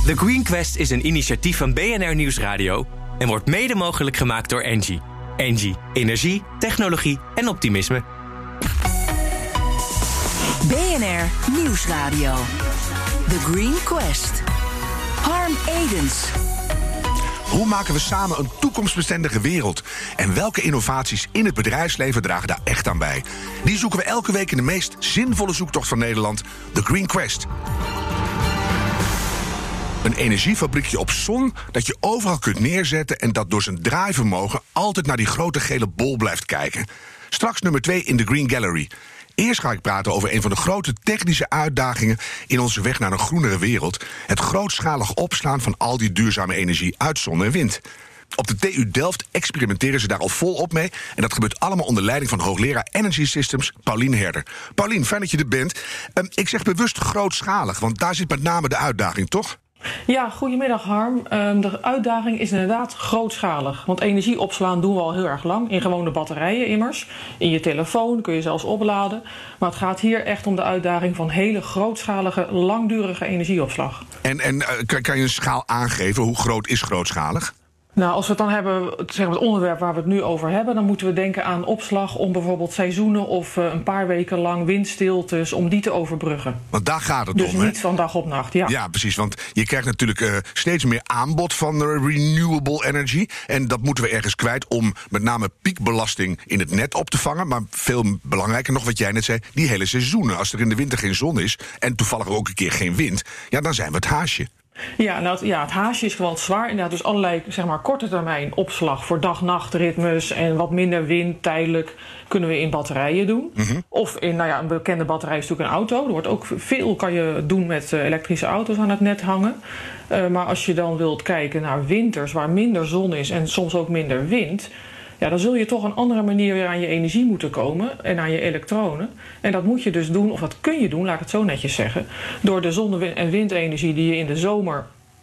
The Green Quest is een initiatief van BNR Nieuwsradio en wordt mede mogelijk gemaakt door Engie. Engie, energie, technologie en optimisme. BNR Nieuwsradio. The Green Quest. Harm Edens. Hoe maken we samen een toekomstbestendige wereld? En welke innovaties in het bedrijfsleven dragen daar echt aan bij? Die zoeken we elke week in de meest zinvolle zoektocht van Nederland, The Green Quest. Een energiefabriekje op zon dat je overal kunt neerzetten en dat door zijn draaivermogen altijd naar die grote gele bol blijft kijken. Straks nummer 2 in de Green Gallery. Eerst ga ik praten over een van de grote technische uitdagingen in onze weg naar een groenere wereld: het grootschalig opslaan van al die duurzame energie uit zon en wind. Op de TU Delft experimenteren ze daar al volop mee. En dat gebeurt allemaal onder leiding van hoogleraar Energy Systems Paulien Herder. Paulien, fijn dat je er bent. Ik zeg bewust grootschalig, want daar zit met name de uitdaging, toch? Ja, goedemiddag Harm. De uitdaging is inderdaad grootschalig. Want energie opslaan doen we al heel erg lang. In gewone batterijen immers. In je telefoon kun je zelfs opladen. Maar het gaat hier echt om de uitdaging van hele grootschalige, langdurige energieopslag. En kan je een schaal aangeven? Hoe groot is grootschalig? Nou, als we het dan hebben, zeg maar het onderwerp waar we het nu over hebben, dan moeten we denken aan opslag om bijvoorbeeld seizoenen of een paar weken lang windstiltes, om die te overbruggen. Want daar gaat het dus om, hè? niet van dag op nacht, ja. Ja, precies, want je krijgt natuurlijk steeds meer aanbod van renewable energy. En dat moeten we ergens kwijt om met name piekbelasting in het net op te vangen. Maar veel belangrijker nog wat jij net zei, die hele seizoenen. Als er in de winter geen zon is en toevallig ook een keer geen wind, ja, dan zijn we het haasje. Ja, nou, het haasje is gewoon zwaar. Inderdaad, dus allerlei zeg maar, korte termijn opslag voor dag-nachtritmes en wat minder wind tijdelijk kunnen we in batterijen doen. Mm-hmm. Of in een bekende batterij is natuurlijk een auto. Er wordt ook veel kan je doen met elektrische auto's aan het net hangen. Maar als je dan wilt kijken naar winters waar minder zon is en soms ook minder wind, ja, dan zul je toch een andere manier weer aan je energie moeten komen en aan je elektronen. En dat moet je dus doen, of dat kun je doen, laat ik het zo netjes zeggen, door de zonne- en windenergie die je in de zomer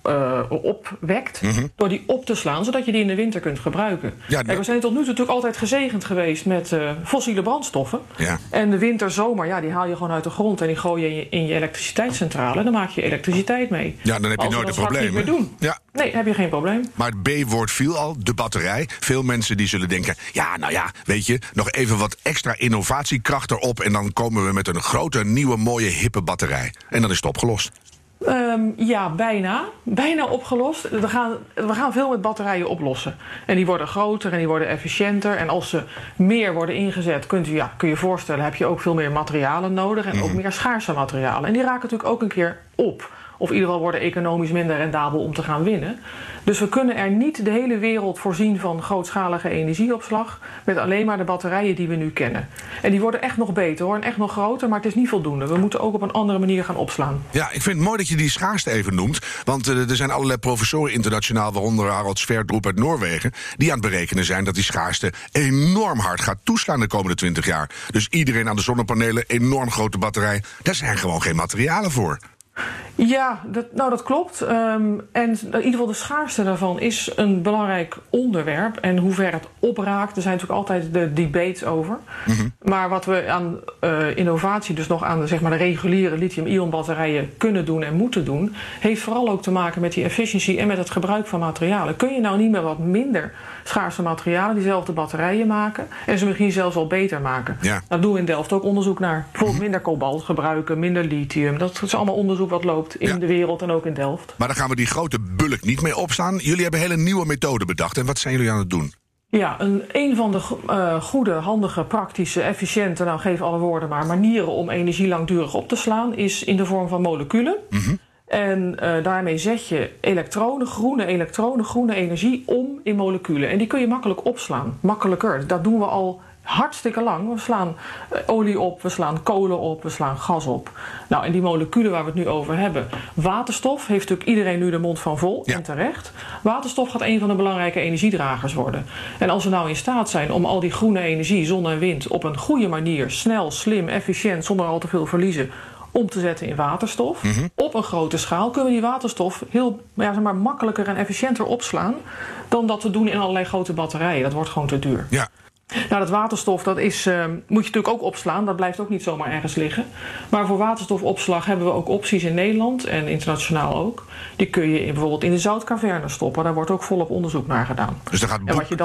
opwekt, door die op te slaan, zodat je die in de winter kunt gebruiken. Ja, we zijn tot nu toe natuurlijk altijd gezegend geweest met fossiele brandstoffen. Ja. En de winter, zomer, ja, die haal je gewoon uit de grond en die gooi je in je elektriciteitscentrale. En dan maak je elektriciteit mee. Ja, dan heb je nooit een probleem. Niet meer doen. Ja. Nee, heb je geen probleem. Maar het B-woord viel al, de batterij. Veel mensen die zullen denken, ja, nou ja, weet je, nog even wat extra innovatiekracht erop en dan komen we met een grote, nieuwe, mooie, hippe batterij. En dan is het opgelost. Ja, bijna. Bijna opgelost. We gaan veel met batterijen oplossen. En die worden groter en die worden efficiënter. En als ze meer worden ingezet, kun je voorstellen, heb je ook veel meer materialen nodig. En ook meer schaarse materialen. En die raken natuurlijk ook een keer op. Of in ieder geval worden economisch minder rendabel om te gaan winnen. Dus we kunnen er niet de hele wereld voorzien van grootschalige energieopslag met alleen maar de batterijen die we nu kennen. En die worden echt nog beter hoor, en echt nog groter, maar het is niet voldoende. We moeten ook op een andere manier gaan opslaan. Ja, ik vind het mooi dat je die schaarste even noemt. Want er zijn allerlei professoren internationaal, waaronder Harald Sverdrup uit Noorwegen, die aan het berekenen zijn dat die schaarste enorm hard gaat toeslaan de komende 20 jaar. Dus iedereen aan de zonnepanelen, enorm grote batterij, daar zijn gewoon geen materialen voor. Ja, dat klopt. En in ieder geval de schaarste daarvan is een belangrijk onderwerp. En hoe ver het opraakt, er zijn natuurlijk altijd de debates over. Mm-hmm. Maar wat we aan innovatie, dus nog aan de reguliere lithium-ion batterijen kunnen doen en moeten doen, heeft vooral ook te maken met die efficiëntie en met het gebruik van materialen. Kun je nou niet meer wat minder schaarse materialen, diezelfde batterijen maken en ze misschien zelfs al beter maken? Ja. Daar doen we in Delft ook onderzoek naar. Bijvoorbeeld minder kobalt gebruiken, minder lithium. Dat is allemaal onderzoek wat loopt in de wereld en ook in Delft. Maar dan gaan we die grote bulk niet mee opslaan. Jullie hebben hele nieuwe methoden bedacht. En wat zijn jullie aan het doen? Ja, een van de goede, handige, praktische, efficiënte, nou geef alle woorden maar, manieren om energie langdurig op te slaan is in de vorm van moleculen. Mm-hmm. En daarmee zet je groene energie om in moleculen. En die kun je makkelijk opslaan. Makkelijker. Dat doen we al hartstikke lang. We slaan olie op, we slaan kolen op, we slaan gas op. Nou, en die moleculen waar we het nu over hebben. Waterstof heeft natuurlijk iedereen nu de mond van vol, en terecht. Waterstof gaat een van de belangrijke energiedragers worden. En als we nou in staat zijn om al die groene energie, zon en wind, op een goede manier, snel, slim, efficiënt, zonder al te veel verliezen, om te zetten in waterstof. Mm-hmm. Op een grote schaal kunnen we die waterstof heel makkelijker en efficiënter opslaan dan dat we doen in allerlei grote batterijen. Dat wordt gewoon te duur. Ja. Nou, dat waterstof, dat is, moet je natuurlijk ook opslaan. Dat blijft ook niet zomaar ergens liggen. Maar voor waterstofopslag hebben we ook opties in Nederland en internationaal ook. Die kun je bijvoorbeeld in de zoutcavernen stoppen. Daar wordt ook volop onderzoek naar gedaan. Dus dan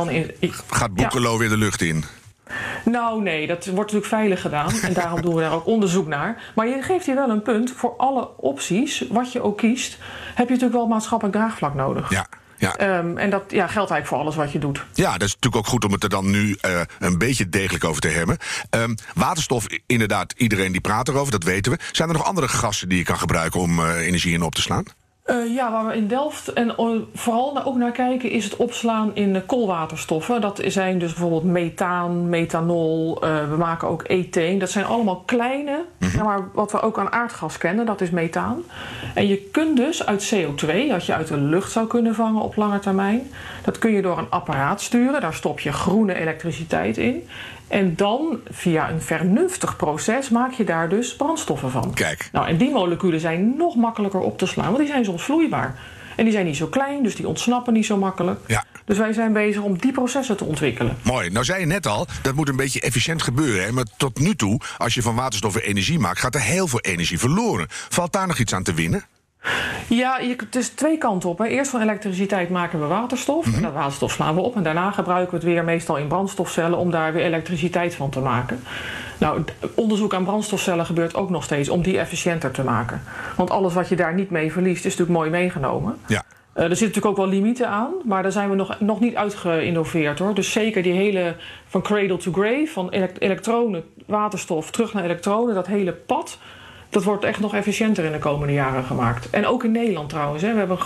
gaat Boekelo weer de lucht in? Nou, nee, dat wordt natuurlijk veilig gedaan. En daarom doen we daar ook onderzoek naar. Maar je geeft hier wel een punt. Voor alle opties, wat je ook kiest, heb je natuurlijk wel maatschappelijk draagvlak nodig. Ja. Ja. En dat geldt eigenlijk voor alles wat je doet. Ja, dat is natuurlijk ook goed om het er dan nu een beetje degelijk over te hebben. Waterstof, inderdaad, iedereen die praat erover, dat weten we. Zijn er nog andere gassen die je kan gebruiken om energie in op te slaan? Waar we in Delft en vooral ook naar kijken is het opslaan in koolwaterstoffen. Dat zijn dus bijvoorbeeld methaan, methanol, we maken ook etheen. Dat zijn allemaal kleine, maar wat we ook aan aardgas kennen, dat is methaan. En je kunt dus uit CO2, dat je uit de lucht zou kunnen vangen op lange termijn, dat kun je door een apparaat sturen. Daar stop je groene elektriciteit in. En dan, via een vernuftig proces, maak je daar dus brandstoffen van. Kijk. Nou, en die moleculen zijn nog makkelijker op te slaan, want die zijn soms vloeibaar. En die zijn niet zo klein, dus die ontsnappen niet zo makkelijk. Ja. Dus wij zijn bezig om die processen te ontwikkelen. Mooi. Nou zei je net al, dat moet een beetje efficiënt gebeuren. Hè? Maar tot nu toe, als je van waterstof energie maakt, gaat er heel veel energie verloren. Valt daar nog iets aan te winnen? Ja, het is twee kanten op. Hè. Eerst van elektriciteit maken we waterstof. En dat waterstof slaan we op. En daarna gebruiken we het weer meestal in brandstofcellen om daar weer elektriciteit van te maken. Nou, onderzoek aan brandstofcellen gebeurt ook nog steeds om die efficiënter te maken. Want alles wat je daar niet mee verliest is natuurlijk mooi meegenomen. Ja. Er zitten natuurlijk ook wel limieten aan, maar daar zijn we nog niet uitgeïnnoveerd hoor. Dus zeker die hele van cradle to grave, van elektronen, waterstof, terug naar elektronen, dat hele pad. Dat wordt echt nog efficiënter in de komende jaren gemaakt. En ook in Nederland trouwens. Hè. We hebben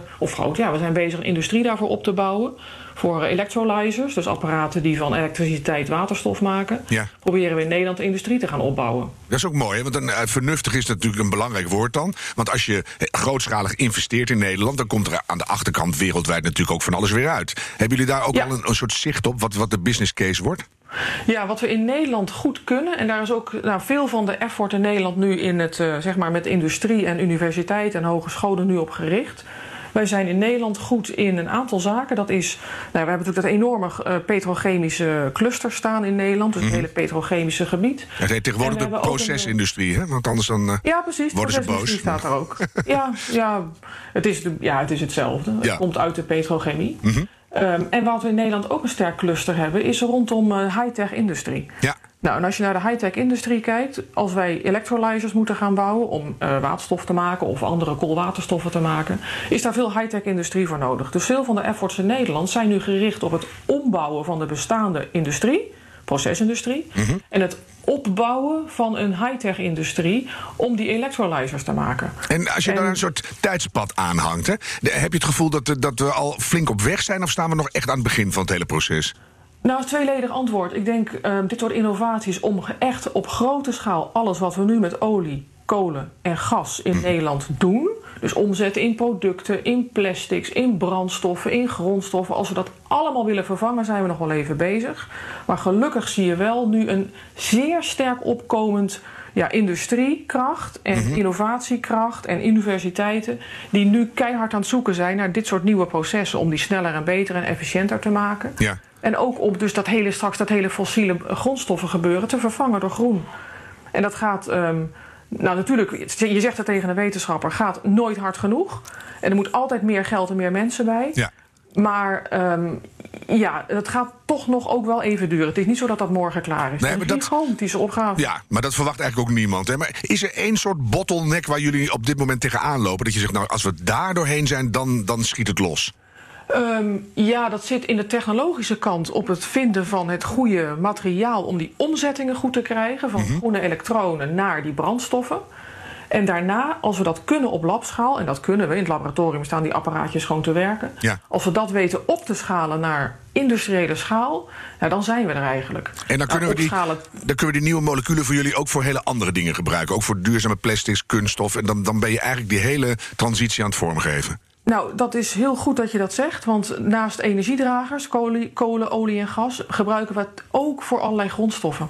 we zijn bezig een industrie daarvoor op te bouwen. Voor electrolyzers, dus apparaten die van elektriciteit waterstof maken. Ja. Proberen we in Nederland de industrie te gaan opbouwen. Dat is ook mooi, hè? Want vernuftig is natuurlijk een belangrijk woord dan. Want als je grootschalig investeert in Nederland, dan komt er aan de achterkant wereldwijd natuurlijk ook van alles weer uit. Hebben jullie daar ook al een soort zicht op wat de business case wordt? Ja, wat we in Nederland goed kunnen, en daar is ook veel van de effort in Nederland nu in het, met industrie en universiteit en hogescholen nu op gericht. Wij zijn in Nederland goed in een aantal zaken. Dat is, we hebben natuurlijk dat enorme petrochemische cluster staan in Nederland. Dus het hele petrochemische gebied. Het heet tegenwoordig de procesindustrie, hè? Want anders dan ja, precies, worden ze boos. Staat er ook. Het is hetzelfde. Ja. Het komt uit de petrochemie. En wat we in Nederland ook een sterk cluster hebben, is rondom high-tech industrie. Ja. Nou, en als je naar de high-tech industrie kijkt, als wij electrolyzers moeten gaan bouwen om waterstof te maken of andere koolwaterstoffen te maken, is daar veel high-tech industrie voor nodig. Dus veel van de efforts in Nederland zijn nu gericht op het ombouwen van de bestaande industrie, procesindustrie, en het opbouwen van een high-tech industrie om die electrolyzers te maken. En als je daar een soort tijdspad aanhangt, heb je het gevoel dat we al flink op weg zijn, of staan we nog echt aan het begin van het hele proces? Nou, tweeledig antwoord. Ik denk dit soort innovaties om echt op grote schaal alles wat we nu met olie, kolen en gas in Nederland doen, dus omzetten in producten, in plastics, in brandstoffen, in grondstoffen. Als we dat allemaal willen vervangen, zijn we nog wel even bezig. Maar gelukkig zie je wel nu een zeer sterk opkomend industriekracht en innovatiekracht en universiteiten die nu keihard aan het zoeken zijn naar dit soort nieuwe processen om die sneller en beter en efficiënter te maken. Ja. En ook om dus dat hele fossiele grondstoffen gebeuren te vervangen door groen. En dat gaat, natuurlijk, je zegt het tegen een wetenschapper, gaat nooit hard genoeg. En er moet altijd meer geld en meer mensen bij. Ja. Maar het gaat toch nog ook wel even duren. Het is niet zo dat dat morgen klaar is. Nee, maar dat is een gigantische opgave. Ja, maar dat verwacht eigenlijk ook niemand. Hè? Maar is er één soort bottleneck waar jullie op dit moment tegenaan lopen? Dat je zegt, nou, als we daar doorheen zijn, dan schiet het los. Dat zit in de technologische kant op het vinden van het goede materiaal om die omzettingen goed te krijgen van groene elektronen naar die brandstoffen. En daarna, als we dat kunnen op labschaal, en dat kunnen we, in het laboratorium staan die apparaatjes gewoon te werken. Ja. Als we dat weten op te schalen naar industriële schaal, dan zijn we er eigenlijk. En dan kunnen we die nieuwe moleculen voor jullie ook voor hele andere dingen gebruiken. Ook voor duurzame plastics, kunststof. En dan ben je eigenlijk die hele transitie aan het vormgeven. Nou, dat is heel goed dat je dat zegt. Want naast energiedragers, kolen, olie en gas, gebruiken we het ook voor allerlei grondstoffen.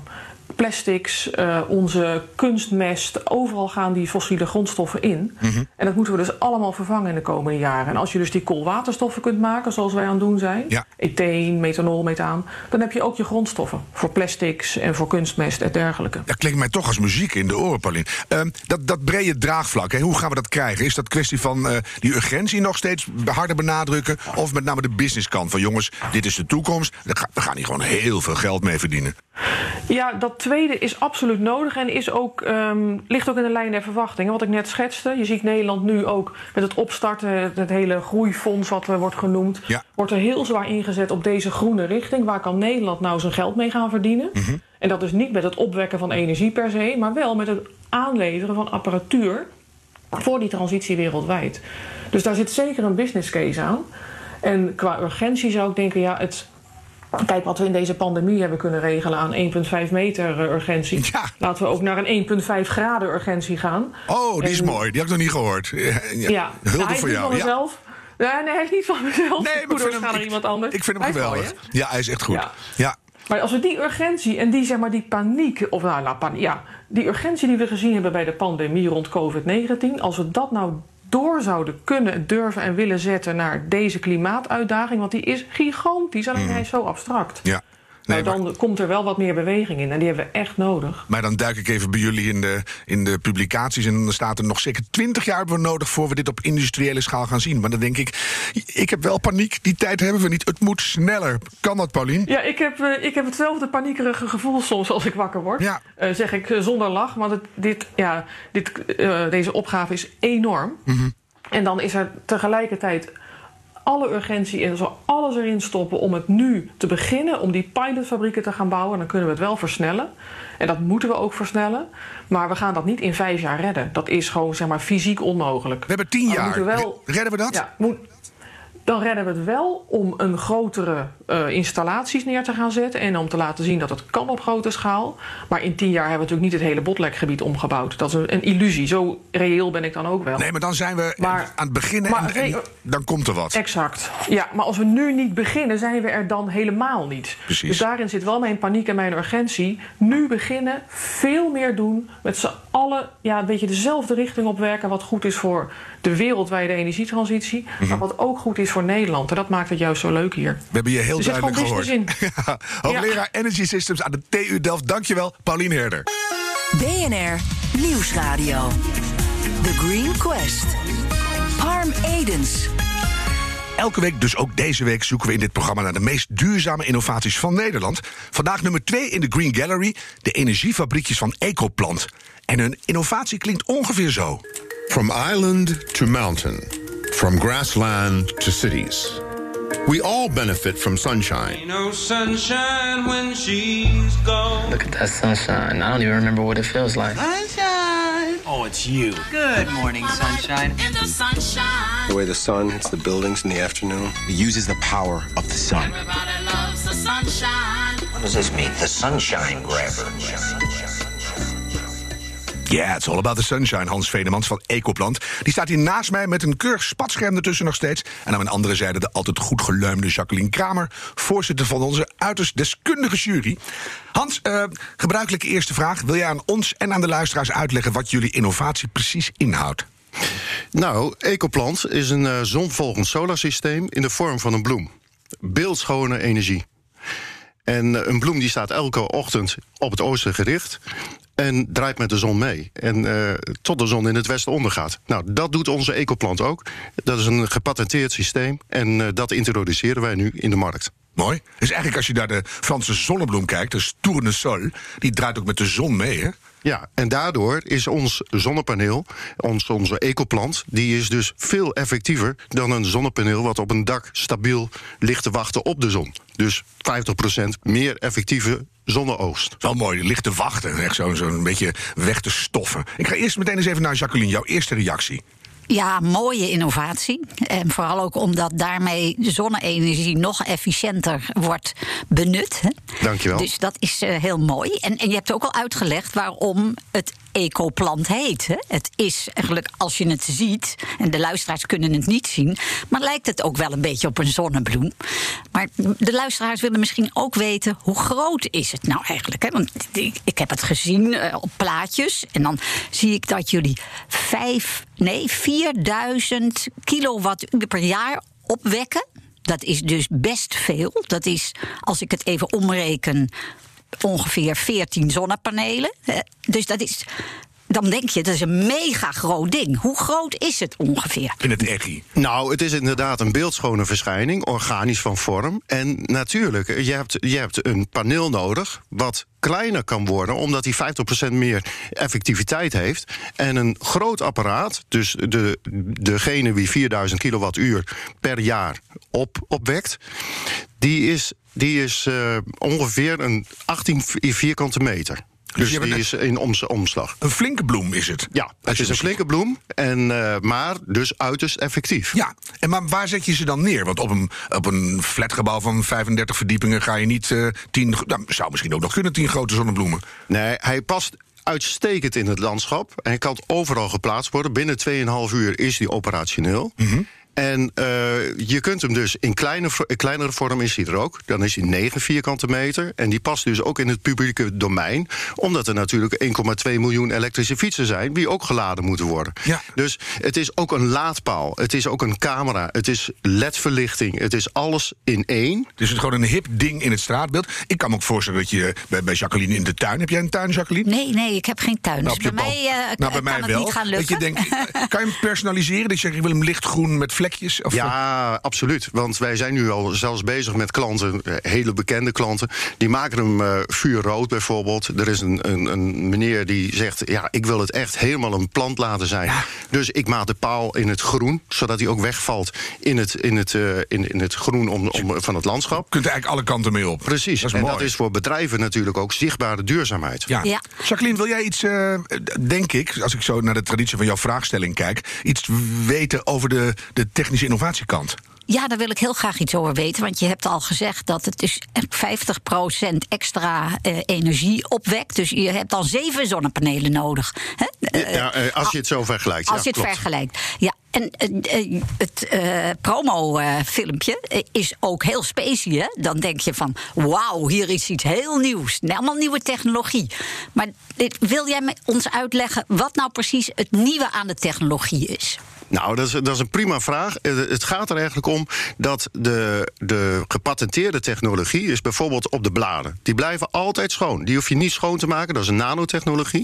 plastics, onze kunstmest, overal gaan die fossiele grondstoffen in. En dat moeten we dus allemaal vervangen in de komende jaren. En als je dus die koolwaterstoffen kunt maken, zoals wij aan het doen zijn, etheen, methanol, methaan, dan heb je ook je grondstoffen voor plastics en voor kunstmest en dergelijke. Dat klinkt mij toch als muziek in de oren, Paulien. Dat brede draagvlak, hoe gaan we dat krijgen? Is dat kwestie van die urgentie nog steeds harder benadrukken, of met name de businesskant van jongens, dit is de toekomst, we gaan hier gewoon heel veel geld mee verdienen? Ja, dat tweede is absoluut nodig en is ook, ligt ook in de lijn der verwachtingen. Wat ik net schetste, je ziet Nederland nu ook met het opstarten, het hele groeifonds wat wordt genoemd, wordt er heel zwaar ingezet op deze groene richting. Waar kan Nederland nou zijn geld mee gaan verdienen? En dat is niet met het opwekken van energie per se, maar wel met het aanleveren van apparatuur voor die transitie wereldwijd. Dus daar zit zeker een business case aan. En qua urgentie zou ik denken, kijk wat we in deze pandemie hebben kunnen regelen aan 1,5 meter urgentie. Ja. Laten we ook naar een 1,5 graden urgentie gaan. Oh, die is mooi. Die had ik nog niet gehoord. Hulde voor jou. Van mezelf. Nee, hij is niet van mezelf. Nee, maar ik vind hem geweldig. Mooi, ja, hij is echt goed. Ja. Maar als we die urgentie en die paniek, die urgentie die we gezien hebben bij de pandemie rond COVID-19, als we dat nou door zouden kunnen, durven en willen zetten naar deze klimaatuitdaging, want die is gigantisch, alleen hij is zo abstract. Ja. Nee, dan komt er wel wat meer beweging in en die hebben we echt nodig. Maar dan duik ik even bij jullie in de publicaties en dan staat er nog zeker 20 jaar hebben we nodig voor we dit op industriële schaal gaan zien. Maar dan denk ik heb wel paniek, die tijd hebben we niet. Het moet sneller. Kan dat, Paulien? Ja, ik heb hetzelfde paniekerige gevoel soms als ik wakker word. Ja. Zeg ik zonder lach, want deze opgave is enorm. En dan is er tegelijkertijd alle urgentie en zo alles erin stoppen om het nu te beginnen, om die pilotfabrieken te gaan bouwen. Dan kunnen we het wel versnellen. En dat moeten we ook versnellen. Maar we gaan dat niet in 5 jaar redden. Dat is gewoon, fysiek onmogelijk. We hebben 10 jaar. Redden we dat? Ja, dan redden we het wel om een grotere installaties neer te gaan zetten en om te laten zien dat het kan op grote schaal. Maar in 10 jaar hebben we natuurlijk niet het hele Botlekgebied omgebouwd. Dat is een illusie. Zo reëel ben ik dan ook wel. Nee, maar dan zijn we aan het beginnen en dan komt er wat. Exact. Ja, maar als we nu niet beginnen, zijn we er dan helemaal niet. Precies. Dus daarin zit wel mijn paniek en mijn urgentie. Nu beginnen, veel meer doen, met z'n allen een beetje dezelfde richting opwerken, wat goed is voor de wereldwijde energietransitie, maar wat ook goed is voor Nederland. En dat maakt het juist zo leuk hier. We hebben je heel duidelijk gehoord. Hoogleraar Energy Systems aan de TU Delft. Dankjewel, Paulien Herder. BNR Nieuwsradio. The Green Quest. Harm Edens. Elke week, dus ook deze week, zoeken we in dit programma naar de meest duurzame innovaties van Nederland. Vandaag nummer 2 in de Green Gallery, de energiefabriekjes van Ecoplant. En hun innovatie klinkt ongeveer zo. From island to mountain, from grassland to cities. We all benefit from sunshine. Ain't no sunshine when she's gone. Look at that sunshine. I don't even remember what it feels like. Sunshine! Oh, it's you. Good morning, sunshine. In the sunshine. The way the sun hits the buildings in the afternoon, it uses the power of the sun. Everybody loves the sunshine. What does this mean? The sunshine grabber. Yeah, it's all about the sunshine. Hans Venemans van Ecoplant. Die staat hier naast mij met een keurig spatscherm ertussen nog steeds. En aan mijn andere zijde de altijd goed geluimde Jacqueline Kramer, voorzitter van onze uiterst deskundige jury. Hans, gebruikelijke eerste vraag. Wil jij aan ons en aan de luisteraars uitleggen wat jullie innovatie precies inhoudt? Nou, Ecoplant is een zonvolgend solarsysteem in de vorm van een bloem. Beeldschone energie. En een bloem die staat elke ochtend op het oosten gericht en draait met de zon mee. En tot de zon in het westen ondergaat. Nou, dat doet onze Ecoplant ook. Dat is een gepatenteerd systeem en dat introduceren wij nu in de markt. Mooi. Dus eigenlijk als je naar de Franse zonnebloem kijkt, dus tournesol, die draait ook met de zon mee, hè? Ja, en daardoor is ons zonnepaneel, onze Ecoplant, die is dus veel effectiever dan een zonnepaneel wat op een dak stabiel ligt te wachten op de zon. Dus 50% meer effectieve zonneoogst. Wel mooi, ligt te wachten, echt zo'n beetje weg te stoffen. Ik ga eerst meteen eens even naar Jacqueline, jouw eerste reactie. Ja, mooie innovatie. En vooral ook omdat daarmee de zonne-energie nog efficiënter wordt benut. Hè. Dankjewel. Dus dat is heel mooi. En je hebt ook al uitgelegd waarom het ecoplant heet. Hè. Het is eigenlijk, als je het ziet, en de luisteraars kunnen het niet zien, maar lijkt het ook wel een beetje op een zonnebloem. Maar de luisteraars willen misschien ook weten, hoe groot is het nou eigenlijk? Hè? Want ik heb het gezien op plaatjes en dan zie ik dat jullie 4000 kilowattuur per jaar opwekken. Dat is dus best veel. Dat is, als ik het even omreken, ongeveer 14 zonnepanelen. Dus dat is, dan denk je, dat is een mega groot ding. Hoe groot is het ongeveer? In het echi. Nou, het is inderdaad een beeldschone verschijning, organisch van vorm. En natuurlijk, je hebt een paneel nodig wat kleiner kan worden, omdat hij 50% meer effectiviteit heeft. En een groot apparaat, dus degene die 4000 kilowattuur per jaar opwekt, die is ongeveer een 18 vierkante meter. Dus die is in omslag. Een flinke bloem is het. Ja, het is een flinke bloem, maar dus uiterst effectief. Ja, maar waar zet je ze dan neer? Want op een flatgebouw van 35 verdiepingen ga je niet 10... Nou, zou misschien ook nog kunnen 10 grote zonnebloemen. Nee, hij past uitstekend in het landschap. En hij kan overal geplaatst worden. Binnen 2,5 uur is hij operationeel. Mm-hmm. En je kunt hem dus in kleinere vorm is hij er ook. Dan is hij 9 vierkante meter. En die past dus ook in het publieke domein. Omdat er natuurlijk 1,2 miljoen elektrische fietsen zijn die ook geladen moeten worden. Ja. Dus het is ook een laadpaal. Het is ook een camera. Het is LED-verlichting. Het is alles in één. Dus het is gewoon een hip ding in het straatbeeld. Ik kan me ook voorstellen dat je bij Jacqueline in de tuin... Heb jij een tuin, Jacqueline? Nee, ik heb geen tuin. Dus bij mij kan mij het wel. niet gaan lukken. Dat je denkt, kan je hem personaliseren? Dat je zegt, ik wil hem lichtgroen met vlekjes? Of ja, absoluut. Want wij zijn nu al zelfs bezig met klanten, hele bekende klanten. Die maken hem vuurrood bijvoorbeeld. Er is een meneer die zegt, ja, ik wil het echt helemaal een plant laten zijn. Ja. Dus ik maak de paal in het groen, zodat hij ook wegvalt in het groen van het landschap. Je kunt er eigenlijk alle kanten mee op. Precies. Dat is mooi. Dat is voor bedrijven natuurlijk ook zichtbare duurzaamheid. Ja. Ja. Jacqueline, wil jij iets, denk ik, als ik zo naar de traditie van jouw vraagstelling kijk, iets weten over de technische innovatiekant? Ja, daar wil ik heel graag iets over weten. Want je hebt al gezegd dat het dus 50% extra energie opwekt. Dus je hebt al 7 zonnepanelen nodig. Als je het zo vergelijkt. Als je het vergelijkt, ja. En het promofilmpje is ook heel specie. Hè? Dan denk je van, wauw, hier is iets heel nieuws. Allemaal nieuwe technologie. Maar wil jij ons uitleggen wat nou precies het nieuwe aan de technologie is? Nou, dat is een prima vraag. Het gaat er eigenlijk om dat de gepatenteerde technologie is bijvoorbeeld op de bladen. Die blijven altijd schoon. Die hoef je niet schoon te maken, dat is een nanotechnologie.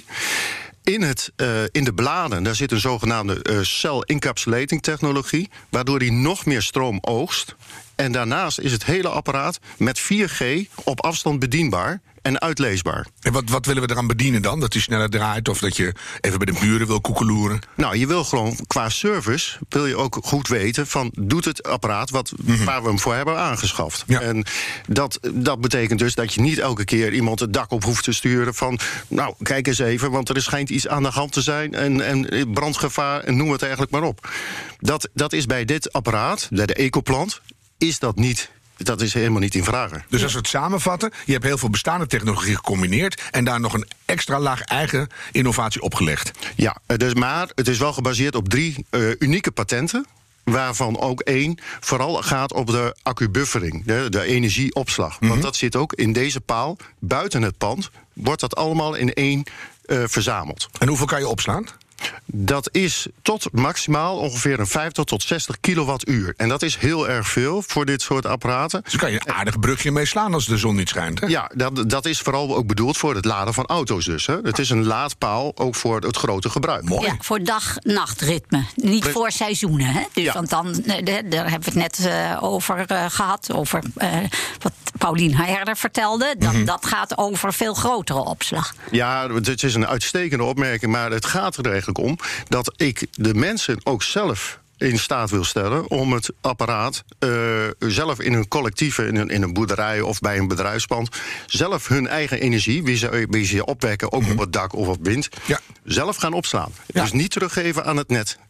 In de bladen, daar zit een zogenaamde cell encapsulating technologie, waardoor die nog meer stroom oogst. En daarnaast is het hele apparaat met 4G op afstand bedienbaar en uitleesbaar. En wat willen we eraan bedienen dan? Dat hij sneller draait of dat je even bij de buren wil koekeloeren? Nou, je wil gewoon qua service, wil je ook goed weten van, doet het apparaat waar we hem voor hebben aangeschaft. Ja. En dat betekent dus dat je niet elke keer iemand het dak op hoeft te sturen van, nou, kijk eens even, want er schijnt iets aan de hand te zijn en brandgevaar en noem het eigenlijk maar op. Dat is bij dit apparaat, bij de ecoplant, is dat niet. Dat is helemaal niet in vragen. Dus als we het samenvatten, je hebt heel veel bestaande technologie gecombineerd en daar nog een extra laag eigen innovatie opgelegd. Ja, maar het is wel gebaseerd op 3 unieke patenten, waarvan ook 1 vooral gaat op de accubuffering, de energieopslag. Mm-hmm. Want dat zit ook in deze paal, buiten het pand, wordt dat allemaal in 1 verzameld. En hoeveel kan je opslaan? Dat is tot maximaal ongeveer een 50 tot 60 kilowattuur. En dat is heel erg veel voor dit soort apparaten. Dus kan je een aardig brugje mee slaan als de zon niet schijnt, hè? Ja, dat is vooral ook bedoeld voor het laden van auto's dus. Hè. Het is een laadpaal ook voor het grote gebruik. Mooi. Ja, voor dag-nachtritme. Niet voor seizoenen. Hè? Dus want dan, daar hebben we het net over gehad. Over wat Paulien Herder vertelde. Dat gaat over veel grotere opslag. Ja, het is een uitstekende opmerking. Maar het gaat er eigenlijk om dat ik de mensen ook zelf in staat wil stellen om het apparaat zelf in een collectief, in een boerderij of bij een bedrijfspand, zelf hun eigen energie, wie ze opwekken, ook op het dak of op wind, zelf gaan opslaan. Ja. Dus niet teruggeven aan het net.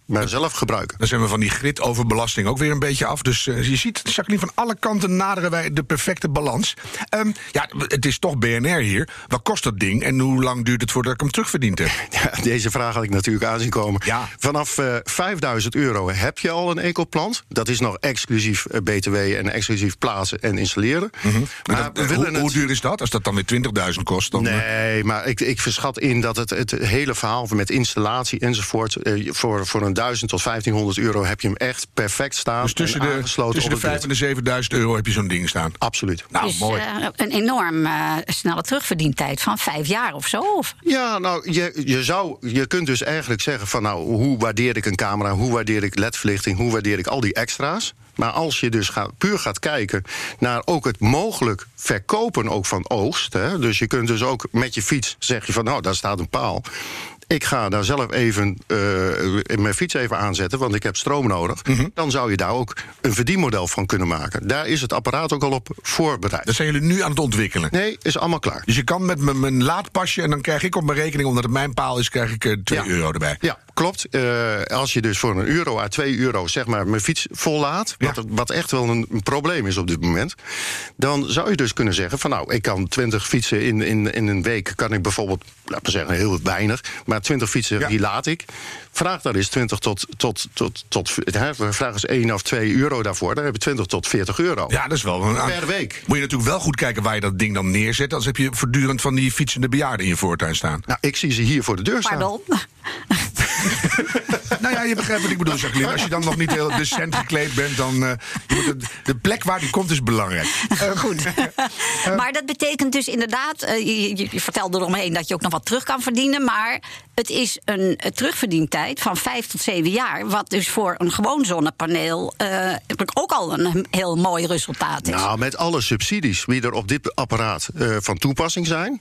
maar zelf gebruiken. Dan zijn we van die gritoverbelasting ook weer een beetje af. Dus je ziet, Jacqueline, van alle kanten naderen wij de perfecte balans. Het is toch BNR hier. Wat kost dat ding en hoe lang duurt het voordat ik hem terugverdiend heb? Ja, deze vraag had ik natuurlijk aanzien komen. Ja. Vanaf €5.000 heb je al een ecoplant. Dat is nog exclusief BTW en exclusief plaatsen en installeren. Mm-hmm. Maar hoe duur is dat? Als dat dan weer 20.000 kost? Dan nee, maar ik verschat in dat het hele verhaal met installatie enzovoort... voor een €1.000 tot €1.500 heb je hem echt perfect staan. Dus tussen de €5.000 en de €7.000 heb je zo'n ding staan? Absoluut. Nou, dus mooi. Een enorm snelle terugverdientijd van 5 jaar of zo? Of? Ja, nou, je kunt dus eigenlijk zeggen van... nou, hoe waardeer ik een camera, hoe waardeer ik ledverlichting... hoe waardeer ik al die extra's. Maar als je dus puur gaat kijken naar ook het mogelijk verkopen ook van oogst... Hè, dus je kunt dus ook met je fiets zeg je van... nou, daar staat een paal... Ik ga daar zelf even mijn fiets even aanzetten, want ik heb stroom nodig. Mm-hmm. Dan zou je daar ook een verdienmodel van kunnen maken. Daar is het apparaat ook al op voorbereid. Dat zijn jullie nu aan het ontwikkelen? Nee, is allemaal klaar. Dus je kan met mijn laadpasje en dan krijg ik op mijn rekening... omdat het mijn paal is, krijg ik €2 erbij. Ja, klopt. Als je dus voor €1 à €2 zeg maar mijn fiets vollaadt... wat echt wel een probleem is op dit moment... dan zou je dus kunnen zeggen van nou, ik kan 20 fietsen in een week... kan ik bijvoorbeeld, laten we zeggen, heel weinig... maar 20 fietsen, die laat ik. Vraag daar eens 20 tot vraag eens €1 of €2 daarvoor. Dan heb je 20 tot €40. Ja, dat is wel per week. Moet je natuurlijk wel goed kijken waar je dat ding dan neerzet. Anders heb je voortdurend van die fietsende bejaarden in je voortuin staan. Nou, ik zie ze hier voor de deur staan. Pardon? Nou ja, je begrijpt wat ik bedoel, Jacqueline. Als je dan nog niet heel decent gekleed bent, dan... de plek waar die komt is belangrijk. Goed. Maar dat betekent dus inderdaad... Je vertelde eromheen dat je ook nog wat terug kan verdienen... maar het is een terugverdientijd van 5 tot 7 jaar... wat dus voor een gewoon zonnepaneel ook al een heel mooi resultaat is. Nou, met alle subsidies die er op dit apparaat van toepassing zijn...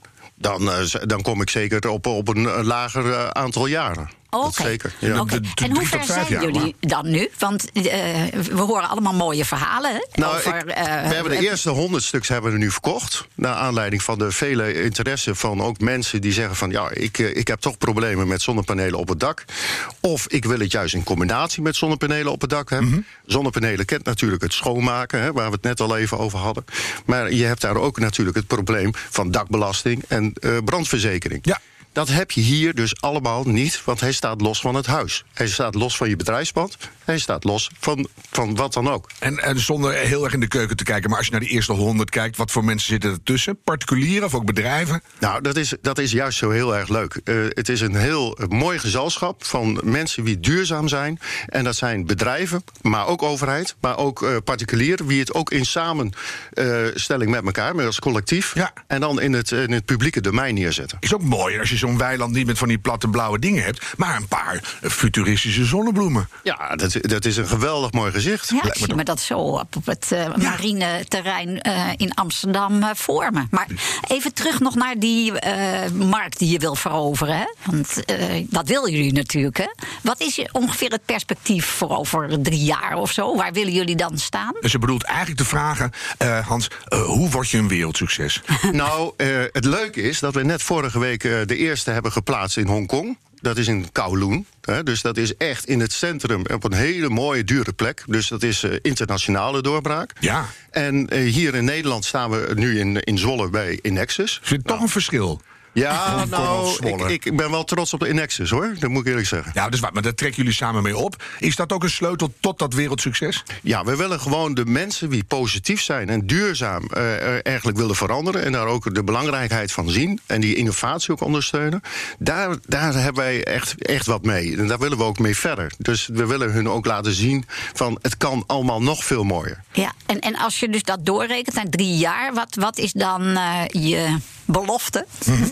Dan kom ik zeker op een lager aantal jaren. Oké. Zeker. Ja. Okay. En hoe ver zijn jullie dan nu? Want we horen allemaal mooie verhalen. Hè? Nou, we hebben de eerste 100 stuks hebben we nu verkocht. Naar aanleiding van de vele interesse van ook mensen die zeggen van... ja, ik heb toch problemen met zonnepanelen op het dak. Of ik wil het juist in combinatie met zonnepanelen op het dak hebben. Mm-hmm. Zonnepanelen kent natuurlijk het schoonmaken, hè, waar we het net al even over hadden. Maar je hebt daar ook natuurlijk het probleem van dakbelasting en brandverzekering. Ja. Dat heb je hier dus allemaal niet, want hij staat los van het huis. Hij staat los van je bedrijfspand. Hij staat los van wat dan ook. En zonder heel erg in de keuken te kijken... maar als je naar die eerste 100 kijkt... wat voor mensen zitten ertussen? Particulieren of ook bedrijven? Nou, dat is juist zo heel erg leuk. Het is een heel mooi gezelschap van mensen die duurzaam zijn. En dat zijn bedrijven, maar ook overheid... maar ook particulieren, wie het ook in samenstelling met elkaar... met als collectief, en dan in het publieke domein neerzetten. Is ook mooi als je zo'n weiland niet met van die platte blauwe dingen hebt... maar een paar futuristische zonnebloemen. Ja, dat is een geweldig mooi gezicht. Ja, ik zie me dat zo op het marine terrein in Amsterdam vormen. Maar even terug nog naar die markt die je wil veroveren. Hè? Want dat willen jullie natuurlijk. Hè? Wat is ongeveer het perspectief voor over 3 jaar of zo? Waar willen jullie dan staan? Dus je bedoelt eigenlijk te vragen, Hans, hoe word je een wereldsucces? Nou, het leuke is dat we net vorige week de eerste hebben geplaatst in Hongkong. Dat is in Kowloon. Dus dat is echt in het centrum op een hele mooie, dure plek. Dus dat is internationale doorbraak. Ja. En hier in Nederland staan we nu in Zwolle bij Inexus. Is het toch een verschil? Ja, nou, ik ben wel trots op de Inexus, hoor. Dat moet ik eerlijk zeggen. Ja, dus maar daar trekken jullie samen mee op. Is dat ook een sleutel tot dat wereldsucces? Ja, we willen gewoon de mensen die positief zijn en duurzaam eigenlijk willen veranderen... en daar ook de belangrijkheid van zien en die innovatie ook ondersteunen. Daar hebben wij echt wat mee. En daar willen we ook mee verder. Dus we willen hun ook laten zien van het kan allemaal nog veel mooier. Ja, en als je dus dat doorrekent naar 3 jaar... wat is dan je belofte? Mm-hmm.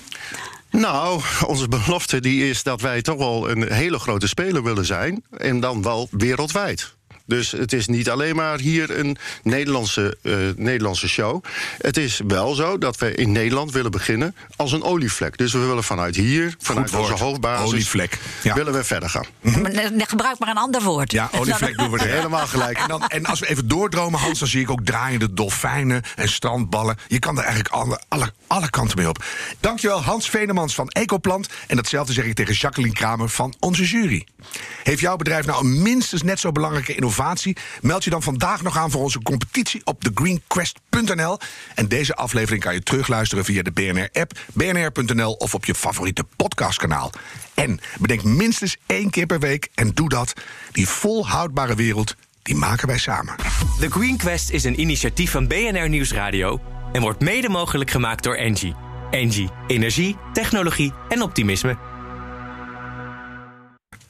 Nou, onze belofte die is dat wij toch wel een hele grote speler willen zijn. En dan wel wereldwijd. Dus het is niet alleen maar hier een Nederlandse show. Het is wel zo dat we in Nederland willen beginnen als een olievlek. Dus we willen vanuit hier, vanuit onze hoofdbasis, olievlek. Willen we verder gaan. Gebruik maar een ander woord. Ja, olievlek doen we er helemaal gelijk. En als we even doordromen, Hans, dan zie ik ook draaiende dolfijnen en strandballen. Je kan er eigenlijk alle kanten mee op. Dankjewel, Hans Venemans van Ecoplant. En datzelfde zeg ik tegen Jacqueline Kramer van onze jury. Heeft jouw bedrijf nou een minstens net zo belangrijke innovatie? Meld je dan vandaag nog aan voor onze competitie op thegreenquest.nl. En deze aflevering kan je terugluisteren via de BNR-app, bnr.nl of op je favoriete podcastkanaal. En bedenk minstens 1 keer per week en doe dat. Die volhoudbare wereld, die maken wij samen. The Green Quest is een initiatief van BNR Nieuwsradio en wordt mede mogelijk gemaakt door Engie. Engie, energie, technologie en optimisme.